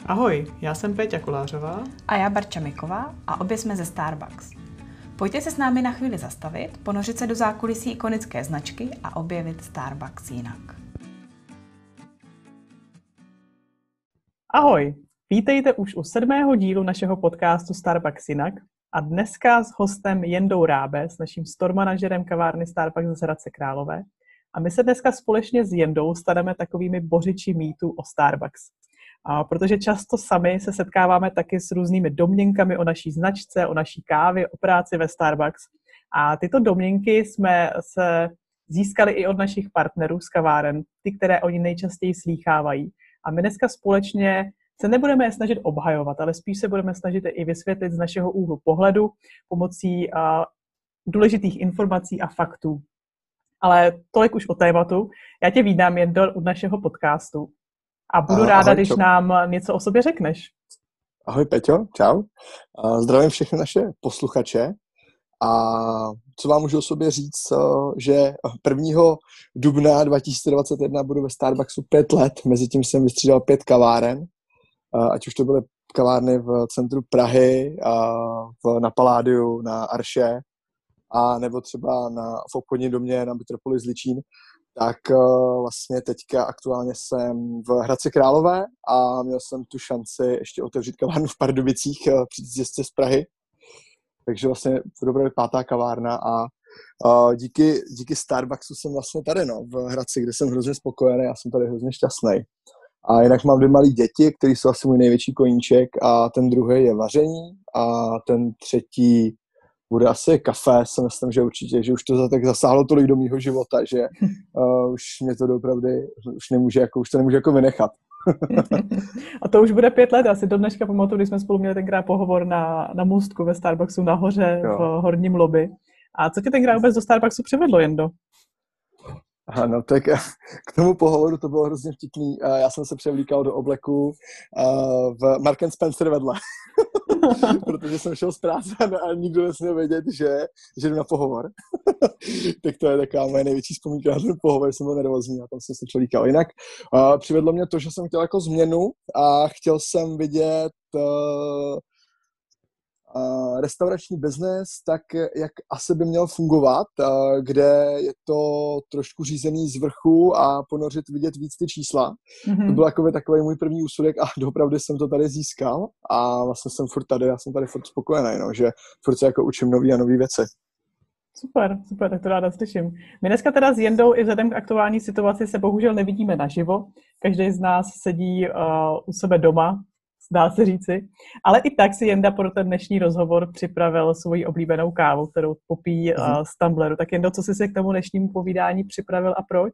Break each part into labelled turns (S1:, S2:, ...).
S1: Ahoj, já jsem Péťa Kolářová.
S2: A já Barča Miková a obě jsme ze Starbucks. Pojďte se s námi na chvíli zastavit, ponořit se do zákulisí ikonické značky a objevit Starbucks jinak.
S1: Ahoj, vítejte už u 7. dílu našeho podcastu Starbucks jinak a dneska s hostem Jendou Rábe, s naším store manažerem kavárny Starbucks z Hradce Králové. A my se dneska společně s Jendou staneme takovými bořiči mýtů o Starbucks. Protože často sami se setkáváme taky s různými domněnkami o naší značce, o naší kávě, o práci ve Starbucks. A tyto domněnky jsme se získali i od našich partnerů z kaváren, ty, které oni nejčastěji slýchávají. A my dneska společně se nebudeme snažit obhajovat, ale spíš se budeme snažit i vysvětlit z našeho úhlu pohledu pomocí důležitých informací a faktů. Ale tolik už o tématu. Já tě vítám jen od našeho podcastu. A budu ráda, když nám něco o sobě řekneš.
S3: Ahoj Peťo, čau. Zdravím všechny naše posluchače. A co vám můžu o sobě říct, že 1. dubna 2021 budu ve Starbucksu 5 let. Mezitím jsem vystřídal 5 kaváren. Ať už to byly kavárny v centru Prahy, na Paládiu, na Arše, a nebo třeba v obchodním domě na Metropolis Ličín. Tak vlastně teďka aktuálně jsem v Hradci Králové a měl jsem tu šanci ještě otevřít kavárnu v Pardubicích při jezdce z Prahy. Takže vlastně dobrá 5. kavárna a díky Starbucksu jsem vlastně tady v Hradci, kde jsem hrozně spokojený, já jsem tady hrozně šťastný. A jinak mám 2 malí děti, který jsou asi můj největší koníček, a ten druhý je vaření a ten třetí bude asi kafe. Si myslím, že určitě, že už to tak zasáhlo tolik do mýho života, že už mě to doopravdy už to nemůže vynechat.
S1: A to už bude 5 let. Já si do dneška pamatuju, když jsme spolu měli tenkrát pohovor na můstku ve Starbucksu nahoře v horním lobby. A co tě tenkrát vůbec do Starbucksu přivedlo, Jendo?
S3: No tak k tomu pohovoru to bylo hrozně vtipný. Já jsem se převlíkal do obleku v Marks & Spencer vedle. Protože jsem šel z práce a nikdo nesměl vědět, že jdu na pohovor. Tak to je taková moje největší vzpomínka na ten pohovor, jsem byl nervózní a tam jsem se převlíkal. Jinak přivedlo mě to, že jsem chtěl jako změnu a chtěl jsem vidět restaurační biznes, tak jak asi by měl fungovat, kde je to trošku řízený z vrchu a ponořit, vidět víc ty čísla. Mm-hmm. To byl takový můj první úsudek a doopravdy jsem to tady získal a vlastně jsem furt tady, já jsem tady furt spokojený, že furt se jako učím nový a nový věci.
S1: Super, tak to ráda slyším. My dneska teda s Jendou i vzhledem k aktuální situaci se bohužel nevidíme naživo. Každý z nás sedí u sebe doma, dá se říci. Ale i tak si Jenda pro ten dnešní rozhovor připravil svoji oblíbenou kávu, kterou popíjí z tumbleru. Tak Jendo, co jsi se k tomu dnešnímu povídání připravil a proč?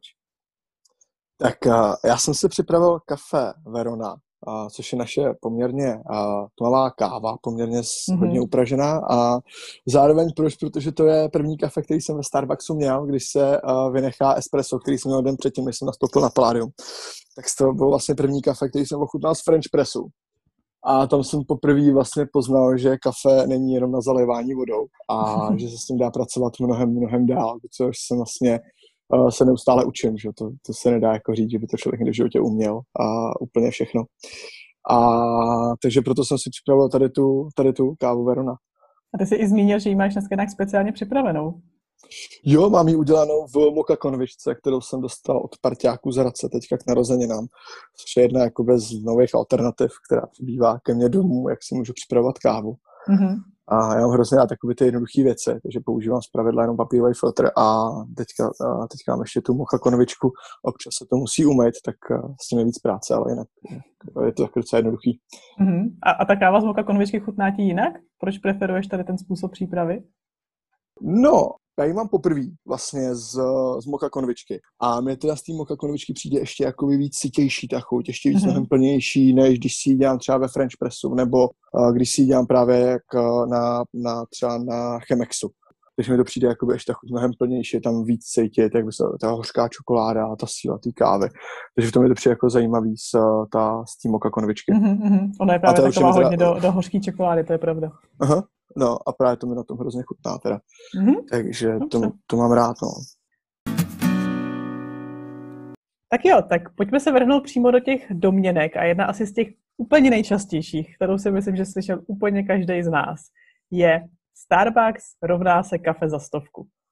S3: Tak já jsem si připravil kafe Verona, což je naše poměrně tmavá káva, poměrně hodně upražená a zároveň proč? Protože to je první kafe, který jsem ve Starbucksu měl, když se vynechá espresso, který jsem měl den předtím, než jsem nastoupil na Paládium. Tak to byl vlastně první kafe, který jsem ochutnal z French pressu. A tam jsem poprvé vlastně poznal, že kafe není jenom na zalévání vodou a že se s tím dá pracovat mnohem dál, což jsem vlastně se neustále učím, že to se nedá jako říct, že by to člověk někdy v životě uměl a úplně všechno. A takže proto jsem si připravil tady tu kávu Verona.
S1: A ty jsi i zmínil, že ji máš dneska nějak speciálně připravenou.
S3: Jo, mám ji udělanou v moka konvičce, kterou jsem dostal od parťáků z Hradce teďka k narozeninám. Což je jedna z nových alternativ, která přibývá ke mně domů, jak si můžu připravovat kávu. Mm-hmm. A já mám hrozně rád takové ty jednoduché věci, takže používám zpravidla jenom papírový filtr a teďka mám ještě tu moka konvičku. Občas se to musí umýt, tak s tím je víc práce, ale jinak je to tak docela jednoduchý.
S1: Mm-hmm. A ta káva z moka konvičky chutná ti jinak? Proč preferuješ tady ten způsob přípravy?
S3: No, já ji mám poprvé vlastně z moka konvičky. A mě teda z té moka konvičky přijde ještě jako víc sytější ta chuť, ještě víc mnohem plnější, než když si ji dělám třeba ve French pressu, nebo když si ji dělám právě jak třeba na Chemexu. Takže mi to přijde jako ještě ta chuť mnohem plnější, je tam víc cítit, jak by se ta hořká čokoláda a ta síla té kávy. Takže v tom je to přijde jako zajímavý z té moka konvičky.
S1: Ona je právě taková hodně do hořké čokolády, to je pravda.
S3: Aha. No a právě to mi na tom hrozně chutná teda. Takže to mám rád, no.
S1: Tak jo, tak pojďme se vrhnout přímo do těch domněnek a jedna asi z těch úplně nejčastějších, kterou si myslím, že slyšel úplně každý z nás, je Starbucks rovná se kafe za 100.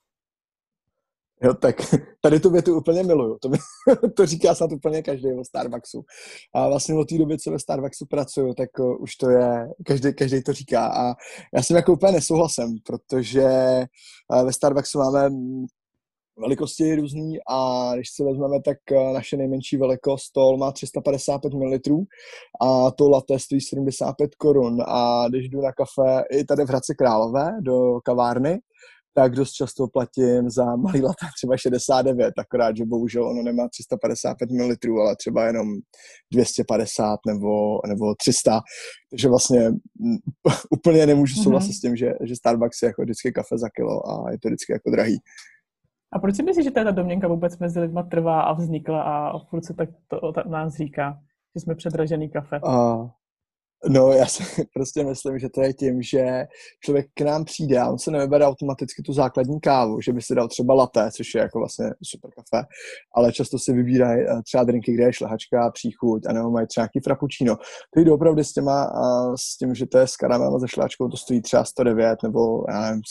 S3: Jo, tak tady tu větu úplně miluju. To říká snad úplně každý o Starbucksu. A vlastně od té doby, co ve Starbucksu pracuju, tak už to je, každý to říká. A já jsem jako úplně nesouhlasem, protože ve Starbucksu máme velikosti různý a když si vezmeme, tak naše nejmenší velikost to má 355 ml a to latte stojí 75 korun. A když jdu na kafe i tady v Hradci Králové do kavárny, tak dost často platím za malý latte třeba 69, akorát, že bohužel ono nemá 355 ml, ale třeba jenom 250 nebo 300. Takže vlastně úplně nemůžu souhlasit s tím, že Starbucks je jako vždycky kafe za kilo a je to vždycky jako drahý.
S1: A proč si myslíš, že ta domněnka vůbec mezi lidma trvá a vznikla a furt se tak to nás říká, že jsme předražený kafe?
S3: No, já si prostě myslím, že to je tím, že člověk k nám přijde a on se nevybere automaticky tu základní kávu, že by si dal třeba latte, což je jako vlastně super kafe, ale často si vybírají třeba drinky, kde je šlehačka, příchuť, anebo mají třeba nějaký frappuccino. To jde opravdu s tím, že to je s karamelem a se šlehačkou, to stojí třeba 109 nebo já nevím,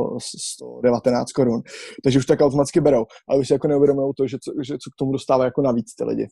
S3: 119 korun. Takže už tak automaticky berou, ale už si jako neuvědomují to, že co k tomu dostává jako navíc ty lidi.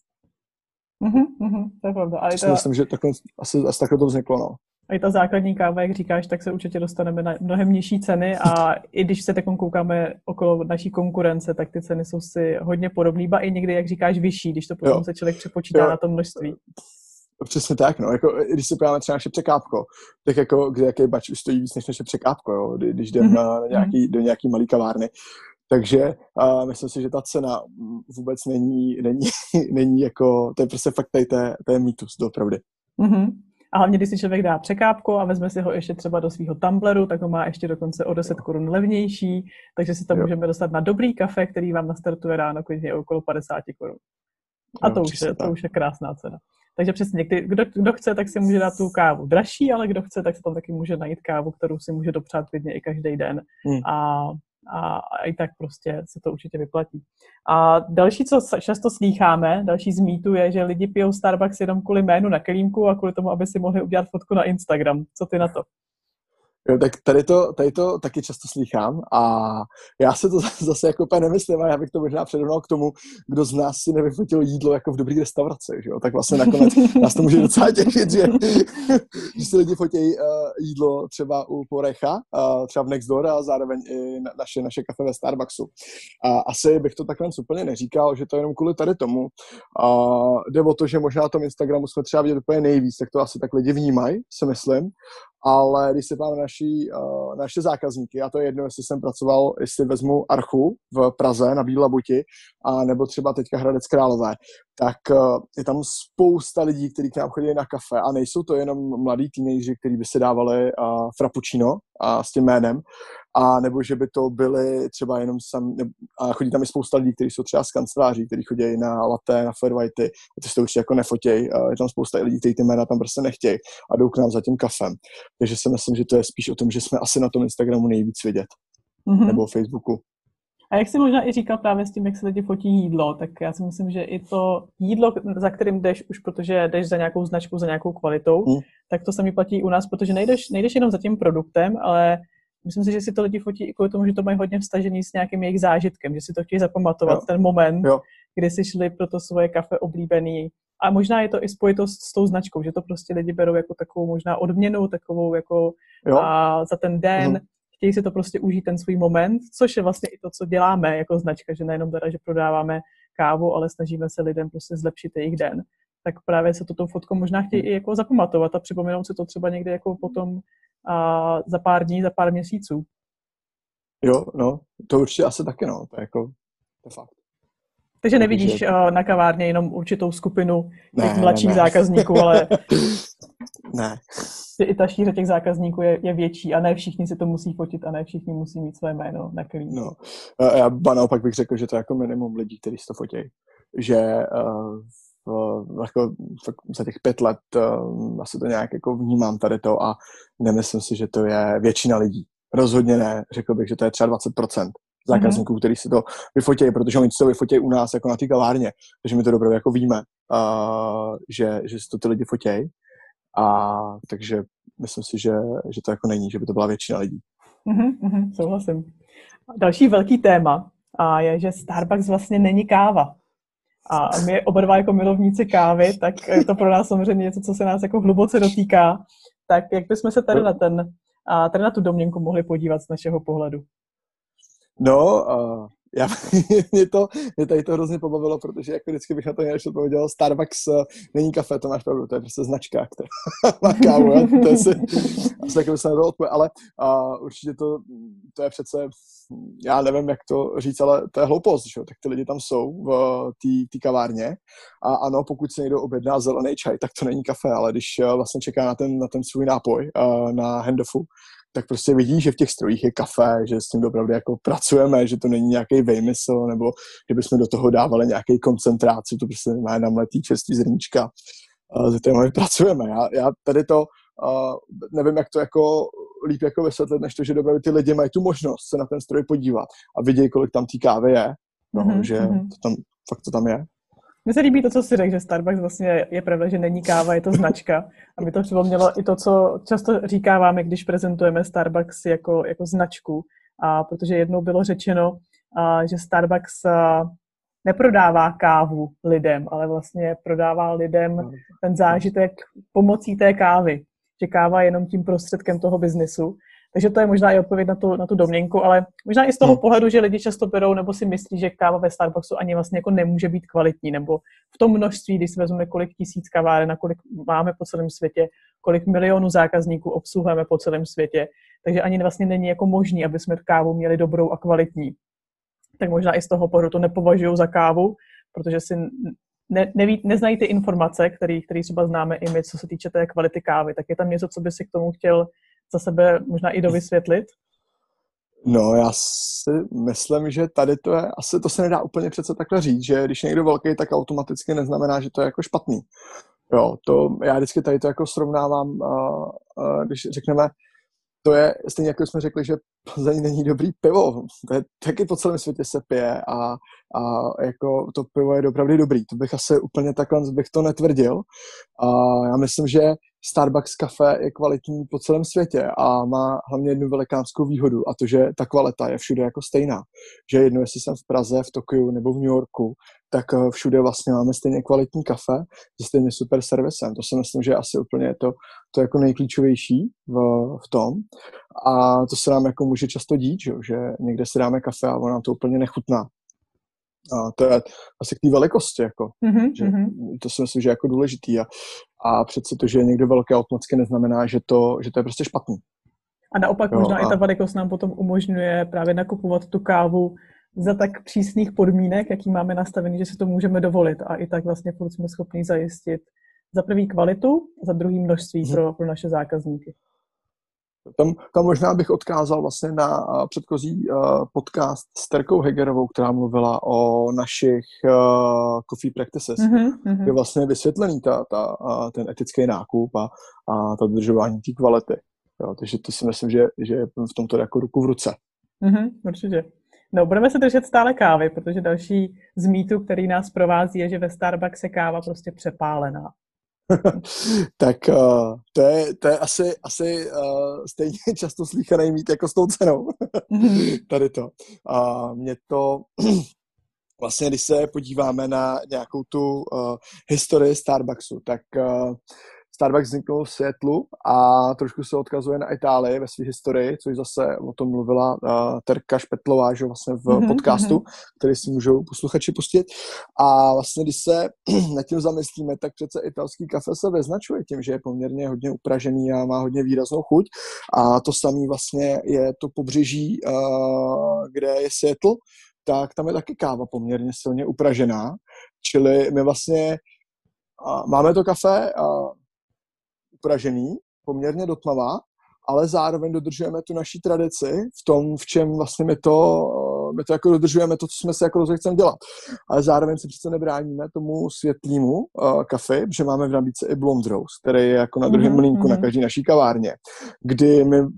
S1: To je pravda.
S3: Myslím, že asi takhle to vzniklo, no.
S1: A i ta základní káva, jak říkáš, tak se určitě dostaneme na mnohem nižší ceny a i když se teď koukáme okolo naší konkurence, tak ty ceny jsou si hodně podobný, ba i někdy, jak říkáš, vyšší, když to potom se člověk přepočítá na to množství.
S3: Přesně tak, no. Jako, když se podíváme třeba naše překápko, tak jako kde jaký bač už stojí víc než naše překápko, jo, když jdeme do nějaký malý kavárny. Takže myslím si, že ta cena vůbec není jako, to je prostě fakt tady to je mýtus, doopravdy.
S1: A hlavně, když si člověk dá překápko a vezme si ho ještě třeba do svého tumbleru, tak ho má ještě dokonce o 10 korun levnější, takže si tam můžeme dostat na dobrý kafe, který vám nastartuje ráno klidně okolo 50 korun. A to už je krásná cena. Takže přesně, kdo chce, tak si může dát tu kávu dražší, ale kdo chce, tak se tam taky může najít kávu, kterou si může dopřát klidně i každý den. A i tak prostě se to určitě vyplatí. A další, co často slýcháme, další z mýtu je, že lidi pijou Starbucks jenom kvůli jménu na kelímku a kvůli tomu, aby si mohli udělat fotku na Instagram. Co ty na to?
S3: Jo, tak tady to taky často slýchám a já se to zase jako úplně nemyslím a já bych to možná předovnal k tomu, kdo z nás si nevyfotil jídlo jako v dobrý restauraci, že jo? Tak vlastně nakonec nás to může docela těšit, že si lidi fotějí jídlo třeba u Porecha, třeba v Nextdoor a zároveň i naše kafe ve Starbucksu. A asi bych to takhle úplně neříkal, že to je jenom kvůli tady tomu. Jde o to, že možná na tom Instagramu jsme třeba vidět úplně nejvíc, tak to asi tak lidi vnímají, si myslím. Ale když se máme naše zákazníky, a to je jedno, jestli jsem pracoval, jestli vezmu Archu v Praze na Bílé Labuti, a nebo třeba teďka Hradec Králové, tak je tam spousta lidí, kteří k nám chodí na kafe a nejsou to jenom mladí teenageři, kteří by si dávali frappuccino s tím jménem, a nebo že by to byly třeba jenom a chodí tam i spousta lidí, kteří jsou třeba z kanceláří, kteří chodí na latte, na flat whitey, a ty se to určitě jako nefotějí. Je tam spousta lidí, kteří ty jména tam prostě nechtějí a jdou k nám za tím kafem. Takže si myslím, že to je spíš o tom, že jsme asi na tom Instagramu nejvíc vidět. Nebo Facebooku.
S1: A jak jsi možná i říkal právě s tím, jak se lidi fotí jídlo, tak já si myslím, že i to jídlo, za kterým jdeš už, protože jdeš za nějakou značkou, za nějakou kvalitou, tak to samý platí u nás, protože nejdeš jenom za tím produktem, ale myslím si, že si to lidi fotí i kvůli tomu, že to mají hodně vstažený s nějakým jejich zážitkem, že si to chtějí zapamatovat, ten moment, kdy si šli pro to svoje kafe oblíbený. A možná je to i spojitost s tou značkou, že to prostě lidi berou jako takovou možná odměnu, takovou jako za ten den. Chtějí si to prostě užít ten svůj moment, což je vlastně i to, co děláme jako značka, že nejenom teda, že prodáváme kávu, ale snažíme se lidem prostě zlepšit jejich den. Tak právě se toto fotko možná chtějí i jako zapamatovat a připomenout si to třeba někde jako potom za pár dní, za pár měsíců.
S3: Jo, no, to určitě asi taky, no, to je jako, to je fakt.
S1: Takže nevidíš na kavárně jenom určitou skupinu těch mladších zákazníků, ale
S3: ne.
S1: I ta šíře těch zákazníků je větší a ne všichni si to musí fotit a ne všichni musí mít své jméno na kelímku.
S3: No, já naopak bych řekl, že to je jako minimum lidí, kteří si to fotí. Že jako za těch 5 let asi to nějak jako vnímám tady to a nemyslím si, že to je většina lidí. Rozhodně ne. Řekl bych, že to je třeba 20%. zákazníků, který si to vyfotějí, protože oni si to vyfotějí u nás jako na té kavárně, takže my to dobře jako víme, že si to ty lidi fotějí. A takže myslím si, že to jako není, že by to byla většina lidí.
S1: Souhlasím. Další velký téma je, že Starbucks vlastně není káva. A my oba dva jako milovníci kávy, tak je to pro nás samozřejmě něco, co se nás jako hluboce dotýká. Tak jak bychom se tady na tu domněnku mohli podívat z našeho pohledu?
S3: No, mě tady to hrozně pobavilo, protože jako vždycky bych na to něco odpověděl, Starbucks není kafe, to máš pravdu, to je prostě značka, která má kávu, to je asi taky se nebylo odpovědět, ale určitě to je přece, já nevím, jak to říct, ale to je hloupost, že? Tak ty lidi tam jsou v té kavárně a ano, pokud se někdo objedná zelený čaj, tak to není kafe, ale když vlastně čeká na ten svůj nápoj na handoffu, tak prostě vidí, že v těch strojích je kafe, že s tím opravdu jako pracujeme, že to není nějaký vejmysl, nebo že bychom do toho dávali nějaký koncentrát, to prostě má namletý čerstvý zrníčka, se kterým my pracujeme. Já tady to nevím, jak to jako líp jako vysvětlit, než to, že opravdu ty lidi mají tu možnost se na ten stroj podívat a vidějí, kolik tam té kávy je, že to tam je.
S1: Mně se líbí to, co jsi řekl, že Starbucks vlastně je pravda, že není káva, je to značka. A mi to připomnělo i to, co často říkáváme, když prezentujeme Starbucks jako značku. Protože jednou bylo řečeno, že Starbucks neprodává kávu lidem, ale vlastně prodává lidem ten zážitek pomocí té kávy. Že káva je jenom tím prostředkem toho biznesu. Takže to je možná i odpověď na tu domněnku, ale možná i z toho pohledu, že lidi často berou nebo si myslí, že káva ve Starbucksu ani vlastně jako nemůže být kvalitní, nebo v tom množství, když si vezmeme, kolik tisíc kaváren a kolik máme po celém světě, kolik milionů zákazníků obsluhujeme po celém světě, takže ani vlastně není jako možný, aby jsme kávu měli dobrou a kvalitní. Tak možná i z toho pohledu to nepovažují za kávu, protože si neznají ty informace, které třeba známe i my, co se týče té kvality kávy. Tak je tam něco, co by si k tomu chtěl za sebe možná i dovysvětlit?
S3: No, já si myslím, že tady to je, asi to se nedá úplně přece takhle říct, že když je někdo velký, tak automaticky neznamená, že to je jako špatný. Jo, já vždycky tady to jako srovnávám, když řekneme, to je stejně jako jsme řekli, že Plzeň není dobrý pivo. To je, taky po celém světě se pije a jako to pivo je opravdu dobrý. To bych asi úplně takhle bych to netvrdil. Já myslím, že Starbucks kafe je kvalitní po celém světě a má hlavně jednu velikánskou výhodu, a to, že ta kvalita je všude jako stejná. Že jedno, jestli jsem v Praze, v Tokiu nebo v New Yorku, tak všude vlastně máme stejně kvalitní kafe se stejně super servisem. To si myslím, že asi úplně to jako nejklíčovější v tom. A to se nám jako může často dít, že někde si dáme kafe a ono nám to úplně nechutná. A to je asi k té velikosti, jako, že to si myslím, že je jako důležitý. A přece to, že je někdo velký, automaticky neznamená, že to je prostě špatný.
S1: A naopak možná i ta velikost nám potom umožňuje právě nakupovat tu kávu za tak přísných podmínek, jaký máme nastavený, že si to můžeme dovolit. A i tak vlastně furt jsme schopni zajistit za první kvalitu, za druhý množství pro naše zákazníky.
S3: Tam možná bych odkázal vlastně na předchozí podcast s Terkou Hegerovou, která mluvila o našich coffee practices, kde vlastně je vysvětlený ten etický nákup a to dodržování té kvality. Jo, takže to si myslím, že je v tomto jako ruku v ruce.
S1: Určitě. No, budeme se držet stále kávy, protože další z mýtů, který nás provází, je, že ve Starbucks je káva prostě přepálená.
S3: Tak to je asi stejně často slýchaný mýt jako s tou cenou. Tady to. Mě to vlastně, když se podíváme na nějakou tu historii Starbucksu, tak Starbucks vzniknul v Seattlu a trošku se odkazuje na Itálii ve své historii, což zase o tom mluvila Terka Špetlová, že vlastně v podcastu, který si můžou posluchači pustit. A vlastně, když se nad tím zamyslíme, tak přece italský kafe se vyznačuje tím, že je poměrně hodně upražený a má hodně výraznou chuť. A to samé vlastně je to pobřeží, kde je Seattle, tak tam je taky káva poměrně silně upražená. Čili my vlastně máme to kafe upražený, poměrně dotmavá, ale zároveň dodržujeme tu naší tradici v tom, v čem vlastně my to jako dodržujeme to, co jsme si jako rozhodli chceme dělat. Ale zároveň se přece nebráníme tomu světlýmu kafe, že máme v nabídce i Blonde Roast, který je jako na druhém mlýnku na každý naší kavárně, kdy my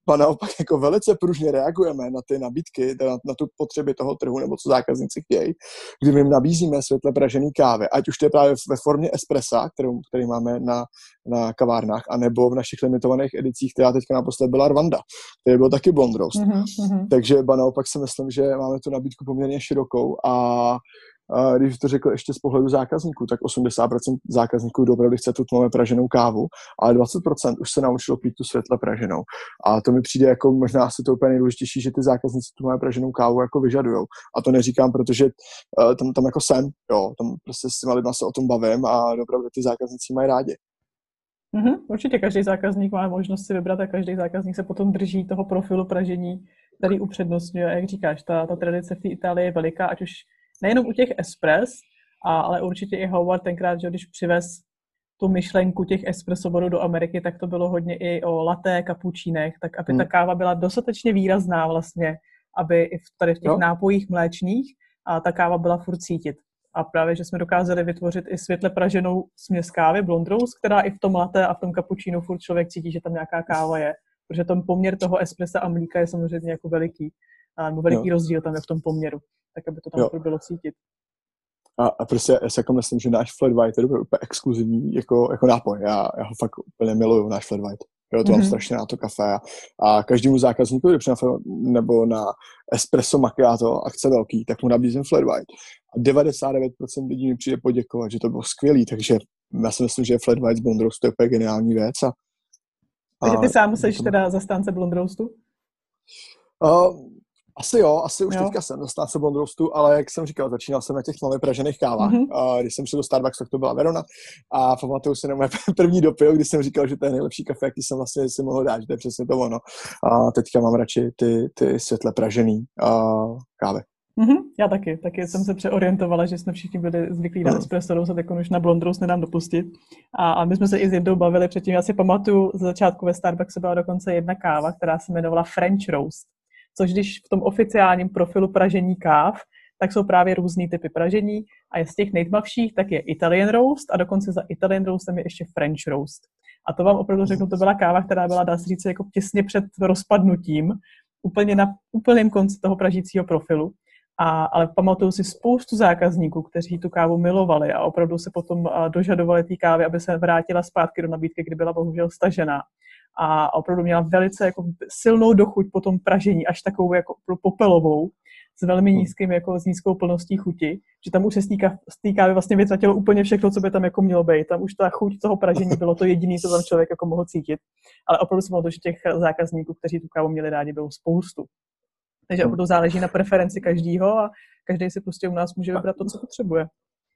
S3: a naopak jako velice pružně reagujeme na ty nabídky, na tu potřeby toho trhu, nebo co zákazníci chtějí, kdy my jim nabízíme světle pražený kávy, ať už to je právě ve formě espressa, který máme na kavárnách, anebo v našich limitovaných edicích, která teďka naposled byla Rwanda, který byl taky blond roast. Takže naopak si myslím, že máme tu nabídku poměrně širokou a když to řekl ještě z pohledu zákazníků, tak 80% zákazníků opravdu chce tu tmavě praženou kávu, ale 20% už se naučilo pít tu světle praženou. A to mi přijde jako možná asi to úplně nejdůležitější, že ty zákazníci tu tmavě praženou kávu jako vyžadujou. A to neříkám, protože tam jako jsem, jo, tam prostě s těma lidma se o tom bavím a opravdu ty zákazníci mají rádi.
S1: Určitě každý zákazník má možnost si vybrat a každý zákazník se potom drží toho profilu pražení, který upřednostňuje. Jak říkáš, ta tradice v té Itálii je veliká, ať už nejenom u těch espres, ale určitě i Howard tenkrát, že když přivez tu myšlenku těch espressoborů do Ameriky, tak to bylo hodně i o latte, kapučínech, tak aby ta káva byla dostatečně výrazná vlastně, aby i tady v těch nápojích mléčných a ta káva byla furt cítit. A právě, že jsme dokázali vytvořit i světle praženou směs kávy, blond roast, která i v tom latte a v tom kapučínu furt člověk cítí, že tam nějaká káva je. Protože ten poměr toho espressa a mlíka je samozřejmě jako veliký. Nebo veliký rozdíl tam je v tom poměru. Tak, aby to tam furt bylo cítit.
S3: A prostě já si jako myslím, že náš flat white je úplně exkluzivní jako nápoj. Já ho fakt úplně miluju, náš flat white. Jo, to mám strašně na to kafe. A každému zákazníku, když nebo na espresso macchiato akce velký, tak mu nabízím flat white. A 99% lidí mi přijde poděkovat, že to bylo skvělý, takže já si myslím, že flat white z blond roastu je úplně geniální věc.
S1: Takže ty sám jsi teda zastánce blond roastu?
S3: Asi už teďka jsem zastánce blond roastu, ale jak jsem říkal, začínal jsem na těch tmavě pražených kávách. Když jsem šel do Starbucks, tak to byla Verona a pamatuju si na moje první dopil, kdy jsem říkal, že to je nejlepší kafe, jaký jsem vlastně si mohl dát, že to je přesně to ono. A teďka mám radši ty světle pražený kávy.
S1: Já taky jsem se přeorientovala, že jsme všichni byli zvyklí na espresso roast, tak už na blond roast nedám dopustit. A my jsme se i s Jindou bavili předtím, já si pamatuju, z začátku ve Starbucksu byla dokonce jedna káva, která se jmenovala French roast, což když v tom oficiálním profilu pražení káv, tak jsou právě různý typy pražení a je z těch nejtmavších, tak je Italian roast a dokonce za Italian roastem je ještě French roast. A to vám opravdu řeknu, to byla káva, která byla, dá se říct, jako těsně před rozpadnutím, úplně na úplném konci toho pražícího profilu. Ale pamatuju si spoustu zákazníků, kteří tu kávu milovali a opravdu se potom dožadovali té kávy, aby se vrátila zpátky do nabídky, kdy byla bohužel stažená. A opravdu měla velice jako silnou dochuť po tom pražení, až takovou jako popelovou, s velmi nízkým, jako s nízkou plností chuti, že tam už se z té kávy vlastně vytratilo úplně všechno, co by tam jako mělo být. Tam už ta chuť toho pražení bylo to jediné, co tam člověk jako mohl cítit. Ale opravdu se bylo to, že těch zákazníků, kteří tu kávu měli rádi, bylo spoustu. Takže opravdu záleží na preferenci každého a každý si prostě u nás může vybrat to, co potřebuje.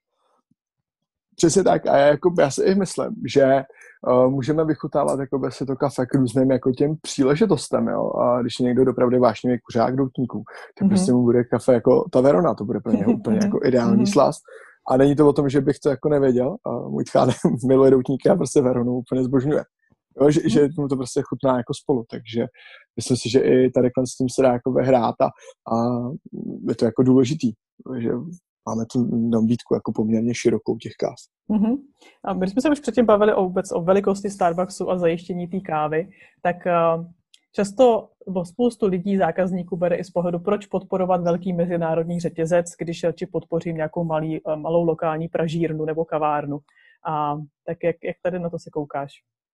S3: Přesně tak. A já si i myslím, že můžeme vychutávat si to kafe k různým jako těm příležitostem. Jo? A když je někdo dopravdy vášnivý kuřák doutníků, tak prostě mu bude kafe jako ta Verona, to bude pro něho úplně jako ideální slast. A není to o tom, že bych to jako nevěděl. Můj tchán miluje doutníky a prostě Veronu úplně zbožňuje. Jo, že mu to prostě chutná jako spolu, takže myslím si, že i tady s tím se dá jako hrát a je to jako důležitý, že máme tu nabídku jako poměrně širokou těch káv.
S1: A my jsme se už předtím bavili o velikosti Starbucksu a zajištění té kávy, tak často spoustu lidí, zákazníků bere i z pohledu, proč podporovat velký mezinárodní řetězec, když radši podpořím nějakou malou lokální pražírnu nebo kavárnu. Tak jak tady na to se koukáš?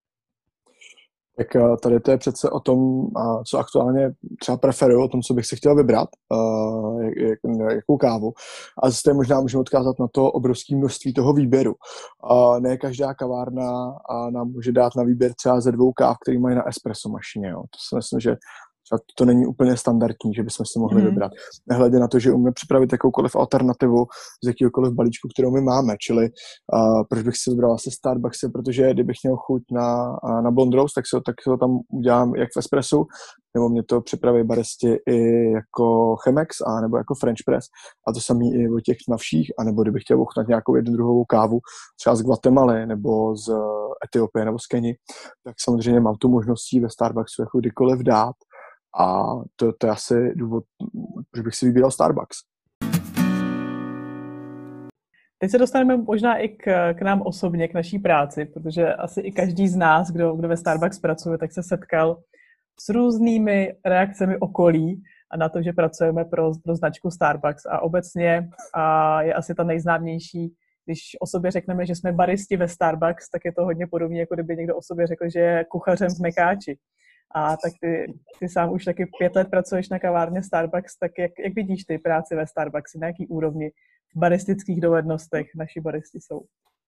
S3: Tak tady to je přece o tom, co aktuálně třeba preferuju, o tom, co bych si chtěl vybrat, jakou kávu. A zde možná můžeme odkázat na to obrovské množství toho výběru. Ne každá kavárna nám může dát na výběr třeba ze 2 káv, který mají na espresso mašině. Jo. To si myslím, že to není úplně standardní, že bychom si mohli vybrat. Nehledě na to, že umíme připravit jakoukoliv alternativu z jakýkoliv balíčku, kterou my máme. Čili proč bych si vybral asi Starbucksy, protože kdybych měl chuť na blond roast, tak si ho tam udělám jak v espressu, nebo mě to připraví baristi i jako Chemex, nebo jako French press. A to samý i o těch tmavších, anebo kdybych chtěl ochutnat nějakou jednodruhovou kávu, třeba z Guatemaly, nebo z Etiopie, nebo z Keni, tak samozřejmě mám tu možnost ve Starbucksu jako kdykoliv dát. A to je asi důvod, proč bych si vybíral Starbucks.
S1: Teď se dostaneme možná i k nám osobně, k naší práci, protože asi i každý z nás, kdo ve Starbucks pracuje, tak se setkal s různými reakcemi okolí a na to, že pracujeme pro značku Starbucks. A obecně je asi ta nejznámější, když o sobě řekneme, že jsme baristi ve Starbucks, tak je to hodně podobné, jako kdyby někdo o sobě řekl, že je kuchařem v Mekáči. A tak ty sám už taky 5 let pracuješ na kavárně Starbucks, tak jak vidíš ty práci ve Starbucks, na jaký úrovni v baristických dovednostech naši baristi jsou?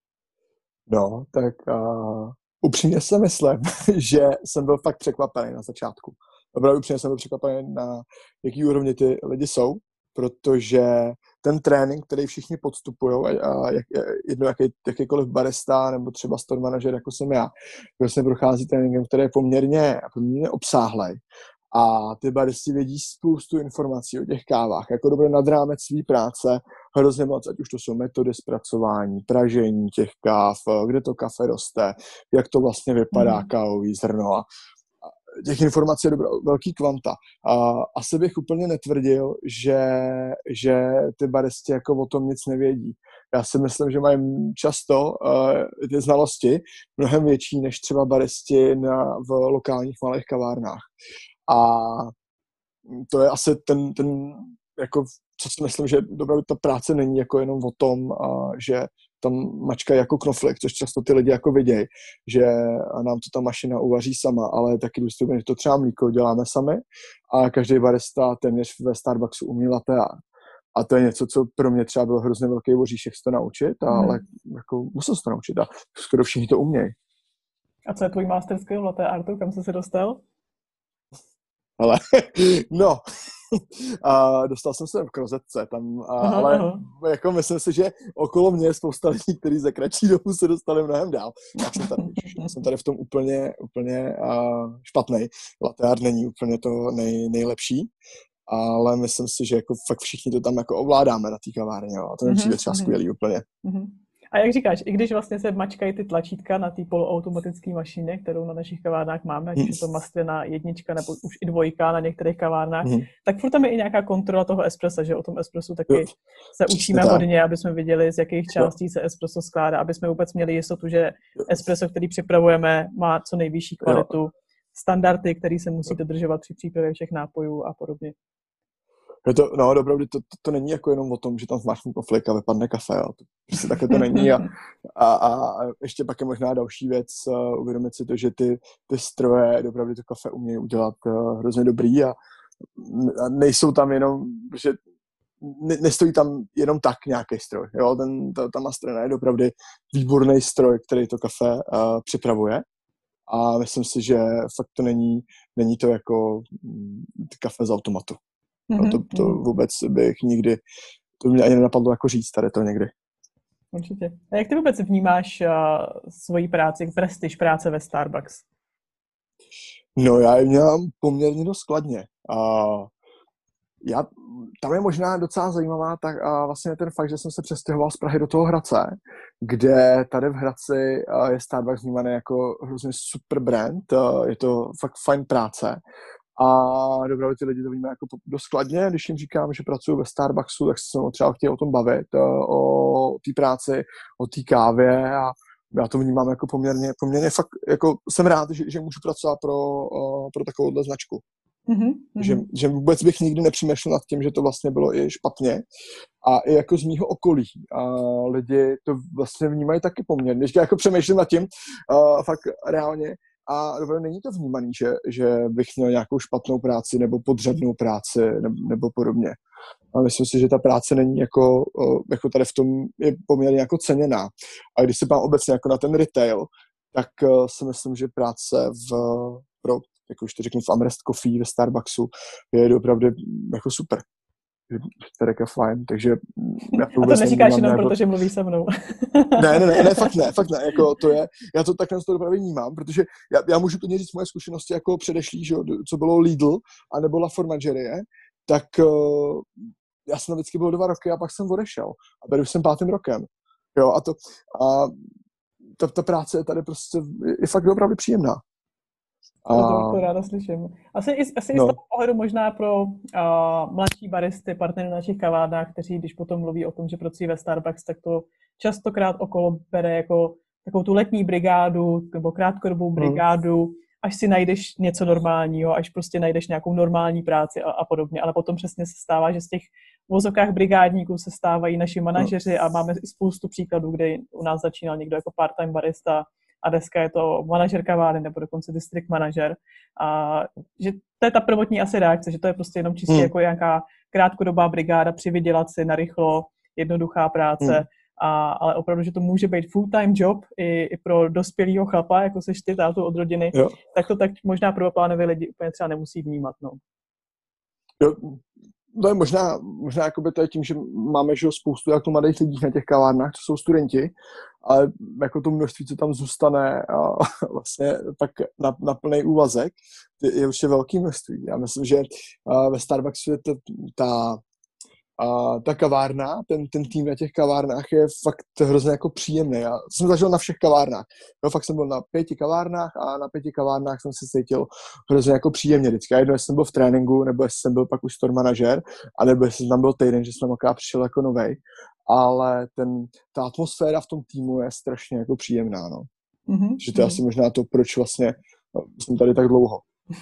S3: No, tak upřímně si myslím, že jsem byl fakt překvapený na začátku. Opravdu upřímně jsem byl překvapený, na jaký úrovni ty lidi jsou, protože ten trénink, který všichni podstupují, jedno jakýkoliv barista nebo třeba store manažer, jako jsem já, vlastně prochází tréninkem, který je poměrně obsáhlej. A ty baristi vědí spoustu informací o těch kávách, jako dobře nad rámec svý práce, hrozně moc, ať už to jsou metody zpracování, pražení těch káv, kde to kafe roste, jak to vlastně vypadá kávový zrno a těch informací je velký kvanta. Asi bych úplně netvrdil, že ty baristi jako o tom nic nevědí. Já si myslím, že mají často ty znalosti mnohem větší než třeba baristi v lokálních malých kavárnách. A to je asi ten jako, co si myslím, že dobrá, ta práce není jako jenom o tom, že tam mačka jako knoflík, což často ty lidi jako vidějí, že nám to ta mašina uvaří sama, ale taky důstojně, že to třeba mlíko děláme sami a každý barista téměř ve Starbucksu umí latte art. A to je něco, co pro mě třeba byl hrozně velký oříšek se to naučit, ale jako musel se to naučit a skoro všichni to umějí.
S1: A co je tvůj master skill v latte artu? Kam jsi se dostal?
S3: Ale, no, dostal jsem se v rozetce tam, ale jako myslím si, že okolo mě je spousta lidí, kteří za kratší dobu se dostali mnohem dál. Já jsem tady v tom úplně špatnej. Latte art není úplně to nejlepší, ale myslím si, že jako fakt všichni to tam jako ovládáme na té kavárně, a to mi přijde třeba skvělý úplně.
S1: A jak říkáš, i když vlastně se mačkají ty tlačítka na té poloautomatické mašině, kterou na našich kavárnách máme, ať je to Mastrena 1 nebo už i 2 na některých kavárnách, tak furt tam je i nějaká kontrola toho espressa, že o tom espressu taky se učíme hodně, aby jsme viděli, z jakých částí se espresso skládá, aby jsme vůbec měli jistotu, že espresso, který připravujeme, má co nejvyšší kvalitu, standardy, které se musí dodržovat při přípravě všech nápojů a podobně.
S3: Opravdu to není jako jenom o tom, že tam zmáčknu knoflík a vypadne kafe. Jo. To prostě takhle to není. A ještě pak je možná další věc, uvědomit si to, že ty stroje opravdu to kafe umějí udělat hrozně dobrý a nejsou tam jenom, že nestojí tam jenom tak nějaký stroj. Jo. Ta Mastrena je opravdu výborný stroj, který to kafe připravuje. A myslím si, že fakt to není to jako kafe z automatu. No to vůbec bych nikdy, to mě ani nenapadlo jako říct tady to někdy.
S1: Určitě. A jak ty vůbec vnímáš svoji práci, prestiž práce ve Starbucks?
S3: No já ji mělám poměrně dost kladně. Tam je možná docela zajímavá vlastně ten fakt, že jsem se přestěhoval z Prahy do toho Hradce, kde tady v Hradci je Starbucks vnímaný jako hrozně super brand, je to fakt fajn práce. A dobrá, ty lidi to vnímají jako dost skladně, když jim říkám, že pracuji ve Starbucksu, tak se třeba chtějí o tom bavit, o té práci, o té kávě a já to vnímám jako poměrně fakt, jako jsem rád, že můžu pracovat pro takovouhle značku. Že vůbec bych nikdy nepřemýšlel nad tím, že to vlastně bylo i špatně a i jako z mýho okolí a lidi to vlastně vnímají taky poměrně, když jako přemýšlím nad tím fakt reálně. A není to vnímaný, že bych měl nějakou špatnou práci nebo podřadnou práci nebo podobně. A myslím si, že ta práce není jako tady v tom je poměrně jako ceněná. A když se pám obecně jako na ten retail, tak si myslím, že práce jako už to řeknu, v Amrest Coffee ve Starbucksu je opravdu jako super. To je fajn, takže já to
S1: vůbec neříkáš jenom jako... protože mluvíš se mnou.
S3: ne, fakt ne, jako to je, já to takhle to opravdu vnímám, protože já můžu klidně říct moje zkušenosti jako předešlý, že, co bylo Lidl a nebo La Formagerie, tak já jsem tam vždycky byl 2 roky a pak jsem odešel a tady už jsem 5. rokem, jo, a ta práce tady prostě je fakt opravdu příjemná.
S1: To ráda slyším. Asi i z toho pohledu možná pro mladší baristy, partnery na našich kavárnách, kteří když potom mluví o tom, že pracují ve Starbucks, tak to častokrát okolo bere jako takovou tu letní brigádu nebo krátkodobou brigádu až si najdeš něco normálního, až prostě najdeš nějakou normální práci a podobně. Ale potom přesně se stává, že z těch vozovkách brigádníků se stávají naši manažeři a máme i spoustu příkladů, kde u nás začínal někdo jako part-time barista a dneska je to manažer kavárny nebo dokonce district manažer. A že to je ta prvotní asi reakce, že to je prostě jenom čistě jako nějaká krátkodobá brigáda, přivydělat si narychlo, jednoduchá práce, ale opravdu, že to může být full-time job i pro dospělého chlapa, jako seš ty, tátu od rodiny, tak to tak možná prvoplánově lidi úplně třeba nemusí vnímat. No.
S3: Jo, to je možná jakoby to je tím, že máme že spoustu jako mladých lidí na těch kavárnách, to jsou studenti, ale jako to množství, co tam zůstane a vlastně tak na plný úvazek, je určitě velký množství. Já myslím, že ve Starbucksu je ta kavárna, ten tým na těch kavárnách je fakt hrozně jako příjemný. Já jsem zažil na všech kavárnách. No, fakt jsem byl na 5 kavárnách a na 5 kavárnách jsem se cítil hrozně jako příjemně vždycky. A jedno, jestli jsem byl v tréninku, nebo jestli jsem byl pak už store manažer, a nebo jestli jsem tam byl týden, že jsem akorát přišel jako novej. Ale ta atmosféra v tom týmu je strašně jako příjemná. No. Že to je asi možná to, proč vlastně jsem tady tak dlouho.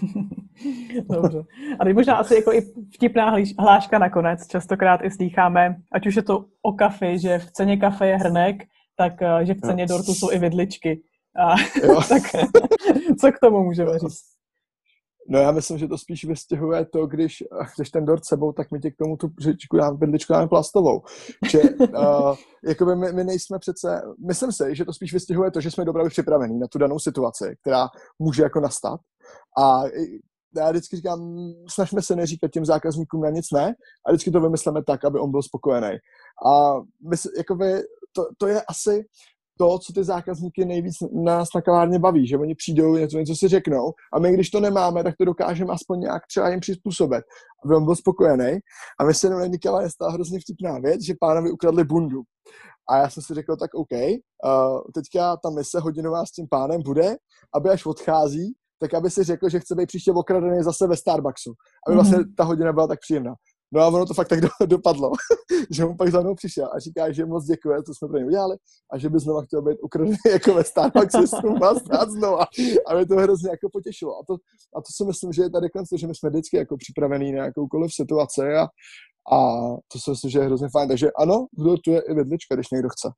S1: Dobře. A teď možná asi jako i vtipná hláška nakonec. Častokrát i slýcháme, ať už je to o kafi, že v ceně kafe je hrnek, tak že v ceně dortu jsou i vidličky. Tak co k tomu můžeme říct?
S3: No já myslím, že to spíš vystěhuje to, když chceš ten dort sebou, tak my ti k tomu tu vidličku dáme plastovou. Že jakoby my nejsme přece, myslím si, že to spíš vystěhuje to, že jsme dobře připravení na tu danou situaci, která může jako nastat. A já vždycky říkám, snažme se neříkat těm zákazníkům na nic ne, a vždycky to vymysleme tak, aby on byl spokojený. A my, jakoby, to je asi to, co ty zákazníky nejvíc nás na kavárně baví, že oni přijdou, něco si řeknou a my, když to nemáme, tak to dokážeme aspoň nějak třeba jim přizpůsobit, aby on byl spokojený. A my se jenom Nikela je stala hrozně vtipná věc, že pánovi ukradli bundu. A já jsem si řekl, tak OK, teďka ta mise hodinová s tím pánem bude, aby až odchází, tak aby si řekl, že chce být příště okradený zase ve Starbucksu. Aby vlastně ta hodina byla tak příjemná. No a ono to fakt tak dopadlo, že mu pak za mnou přišel a říká, že moc děkuje, co jsme pro ně udělali a že by znova chtěl být ukradený jako ve Starbucksu stát znova. A mě to hrozně jako potěšilo. A to si myslím, že je tady konce, že my jsme vždycky jako připravení na jakoukoliv situaci a to si myslím, že je hrozně fajn. Takže ano, tu je i vidlička, když někdo chce.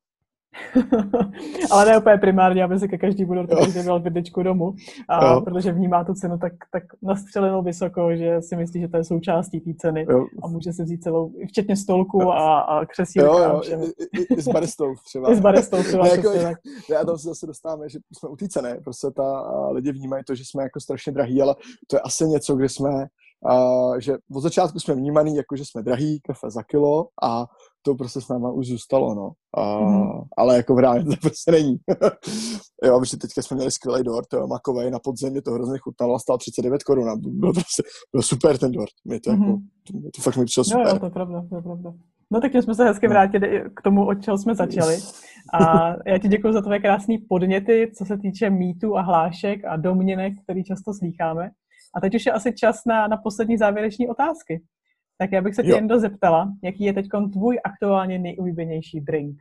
S1: Ale ne úplně primárně, aby si ke každému dortu měl vidličku domů, protože vnímá tu cenu tak nastřelenou vysoko, že si myslí, že to je součástí té ceny a může si vzít celou, včetně stolku a křesílka.
S3: I s baristou třeba.
S1: I s baristou třeba.
S3: Já tam se zase dostáváme, že jsme u té ceny, prostě lidi vnímají to, že jsme jako strašně drahý, ale to je asi něco, kde jsme že od začátku jsme vnímaný, jako že jsme drahý, kafe za kilo a to prostě s náma už zůstalo, no. Ale jako v reálně to prostě není. Jo, protože teďka jsme měli skvělý dort, makovej na podzemí, to hrozně chutnalo a stál 39 korun. Byl super ten dort. To fakt mi přišlo super.
S1: Jo, to je pravda. No tak jsme se hezky vrátili k tomu, od čeho jsme začali. A já ti děkuji za tvoje krásné podněty, co se týče mýtů a hlášek a domněnek, který často slýcháme. A teď už je asi čas na poslední závěreční otázky. Tak já bych se tě jen zeptala, jaký je teď tvůj aktuálně nejoblíbenější drink?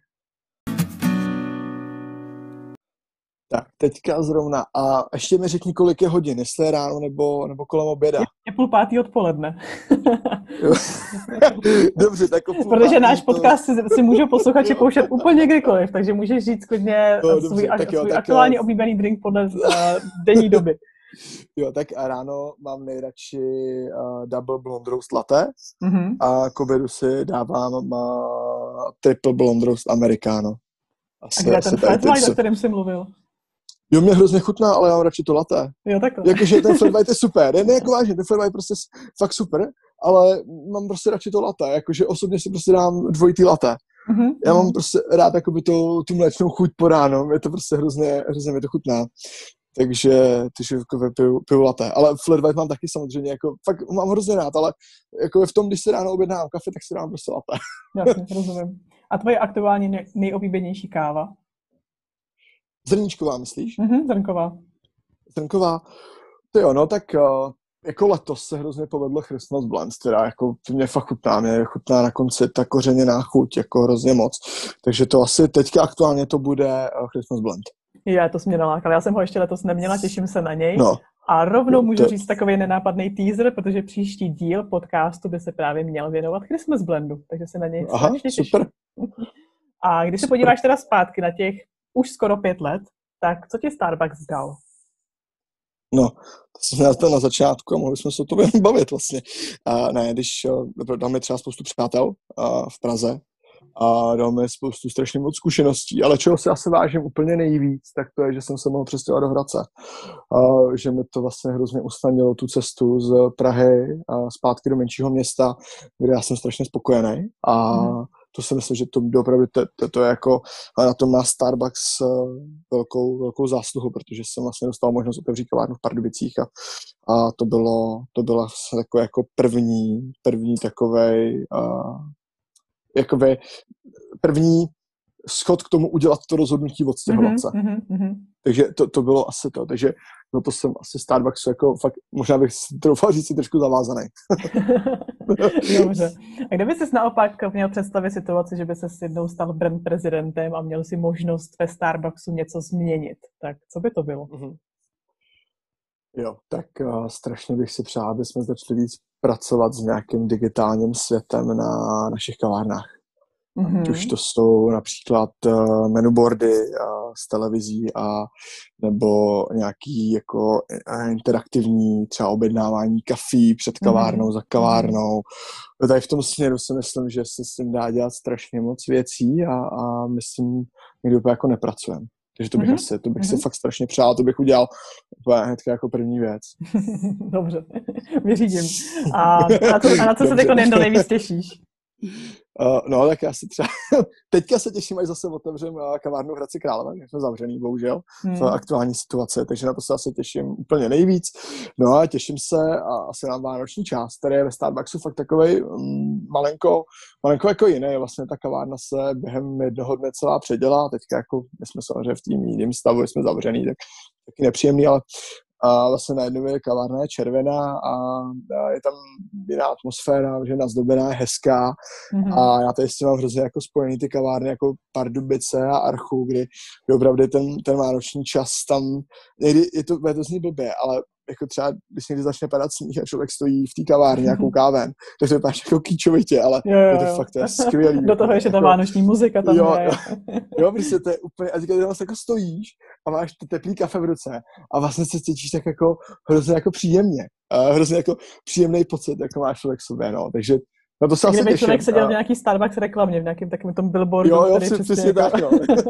S3: Tak, teďka zrovna. A ještě mi řekni, kolik je hodin, jestli je ráno nebo kolem oběda.
S1: Je 4:30 odpoledne.
S3: Dobře, tak
S1: protože náš podcast si můžou posluchači pouštět úplně kdykoliv, takže můžeš říct klidně svůj aktuálně oblíbený drink podle denní doby.
S3: Jo, tak a ráno mám nejradši double blonde roast latte a k obědu si dávám triple blonde roast americano.
S1: A kde je ten flat white, o kterém jsi mluvil?
S3: Jo, mě hrozně chutná, ale já mám radši to latte.
S1: Jo, takhle.
S3: Jakože ten flat white je super, ne jako vážně, ten flat white prostě fakt super, ale mám prostě radši to latte, jakože osobně si prostě dám dvojitý latte. Já mám prostě rád jakoby tu mléčnou chuť po ránu, je to prostě hrozně mi to chutná. Takže piju latte. Ale flat white mám taky samozřejmě, jako fakt mám hrozně rád, ale jako v tom, když se ráno objednávám kafe, tak si dám prostě latte.
S1: Jasně, rozumím. A tvoje aktuálně nejoblíbenější káva?
S3: Zrníčková, myslíš?
S1: Zrnková.
S3: To jo, no tak jako letos se hrozně povedlo Christmas Blend, která jako mě fakt chutná, na konci ta kořeněná chuť, jako hrozně moc. Takže to asi teďka aktuálně to bude Christmas Blend.
S1: Já to jsi mě nalákala. Já jsem ho ještě letos neměla, těším se na něj.
S3: No.
S1: A rovnou můžu říct takový nenápadný teaser, protože příští díl podcastu by se právě měl věnovat Christmas Blendu, takže se na něj strašně těším.
S3: Super.
S1: A když se podíváš teda zpátky na těch už skoro 5 let, tak co ti Starbucks dal?
S3: No, to jsem měl to na začátku a mohli jsme se o tom bavit vlastně. Ne, když dal mi třeba spoustu přátel v Praze a dal mi spoustu strašně moc zkušeností, ale čeho si asi vážím úplně nejvíc, tak to je, že jsem se mohl přestěhovat do Hradce. Že mi to vlastně hrozně usnadnilo tu cestu z Prahy zpátky do menšího města, kde já jsem strašně spokojený a to si myslím, že to opravdu to je jako, na tom má Starbucks velkou zásluhu, protože jsem vlastně dostal možnost otevřít kavárnu v Pardubicích a to bylo takový jako první takovej první schod k tomu udělat to rozhodnutí odstěhovat se. Takže to bylo asi to. Takže no to jsem asi Starbucksu jako fakt, možná bych troufal říct si trošku zavázaný.
S1: Dobře. A kdyby jsi naopak měl představit situaci, že by se jednou stal brand prezidentem a měl si možnost ve Starbucksu něco změnit, tak co by to bylo?
S3: Jo, tak strašně bych si přál, aby jsme začali víc pracovat s nějakým digitálním světem na našich kavárnách. Už to jsou například menuboardy z televizí nebo nějaký jako interaktivní třeba objednávání kafí před kavárnou, za kavárnou. Tady v tom směru si myslím, že se s tím dá dělat strašně moc věcí a myslím, někdy úplně jako nepracujeme. Takže to bych si fakt strašně přál, to bych udělal hnedka jako první věc.
S1: Dobře, vyřídím. A na co se teď nejvíc těšíš?
S3: No, tak já si třeba teďka se těším, až zase otevřeme kavárnu v Hradci Králové, jak jsme zavřený, bohužel, v aktuální situaci, takže na to se asi těším úplně nejvíc. No a těším se asi na vánoční část, který je ve Starbucksu fakt takovej malinko jako jiný. Vlastně ta kavárna se během jednoho dne celá předělá, teďka jako my jsme samozřejmě v tím jiném stavu, jsme zavřený, tak taky nepříjemný, ale a vlastně najednou je kavárna je červená a je tam jiná atmosféra, že nazdobená je hezká a já tady s tím mám hrozně jako spojený ty kavárny jako Pardubice a Archu, kdy opravdu ten vánoční čas tam, někdy je to zní blbě, ale jako třeba, když někdy začne padat sníh a člověk stojí v té kavárně a kouká ven, tak to vypadá jako kýčovitě, ale to je skvělý.
S1: Do toho ještě ta vánoční muzika tam je.
S3: Jo, prostě to je úplně, a když vlastně jako stojíš a máš teplý kafe v ruce a vlastně se cítíš tak jako hrozně jako příjemně. Hrozně jako příjemný pocit, jako máš člověk sobě, no, takže no to se asi těším.
S1: Člověk seděl v nějaký Starbucks reklamě, v nějakým takovém tom billboardu.
S3: Jo, přesně tak, no.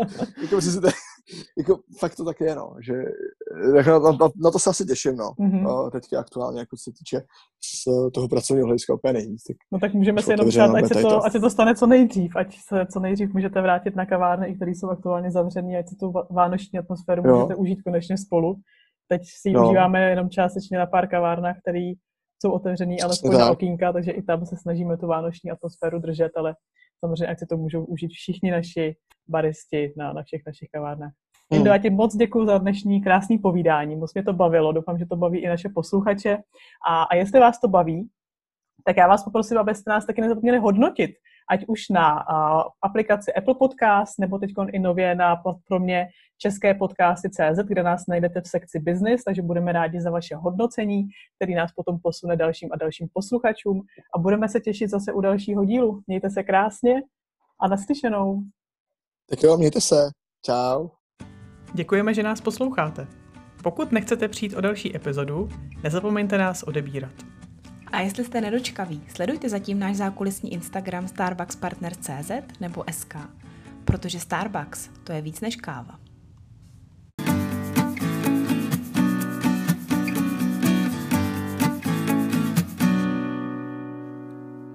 S3: Jako fakt to tak je, no, že na to se asi těším, no. Teďka aktuálně, jako se týče z toho pracovního hlediska úplně nejvíc.
S1: No tak můžeme si jenom přát, ať se to stane co nejdřív, ať se co nejdřív můžete vrátit na kavárny, které jsou aktuálně zavřený, ať si tu vánoční atmosféru můžete užít konečně spolu. Teď si ji užíváme jenom částečně na pár kavárnách, které jsou otevřený, ale spojím na okýnka, takže i tam se snažíme tu vánoční atmosféru držet, ale samozřejmě, ať si to můžou užít všichni naši baristi na všech našich kavárnách. Jindo, já ti moc děkuji za dnešní krásný povídání, moc mě to bavilo, doufám, že to baví i naše posluchače a jestli vás to baví, tak já vás poprosím, abyste nás taky nezapomněli hodnotit, ať už na aplikaci Apple Podcast, nebo teď i nově na platformě České podcasty.cz, kde nás najdete v sekci business, takže budeme rádi za vaše hodnocení, který nás potom posune dalším a dalším posluchačům a budeme se těšit zase u dalšího dílu. Mějte se krásně a naslyšenou.
S3: Tak jo, mějte se. Čau.
S1: Děkujeme, že nás posloucháte. Pokud nechcete přijít o další epizodu, nezapomeňte nás odebírat.
S2: A jestli jste nedočkaví, sledujte zatím náš zákulisní Instagram starbuckspartner.cz nebo SK, protože Starbucks to je víc než káva.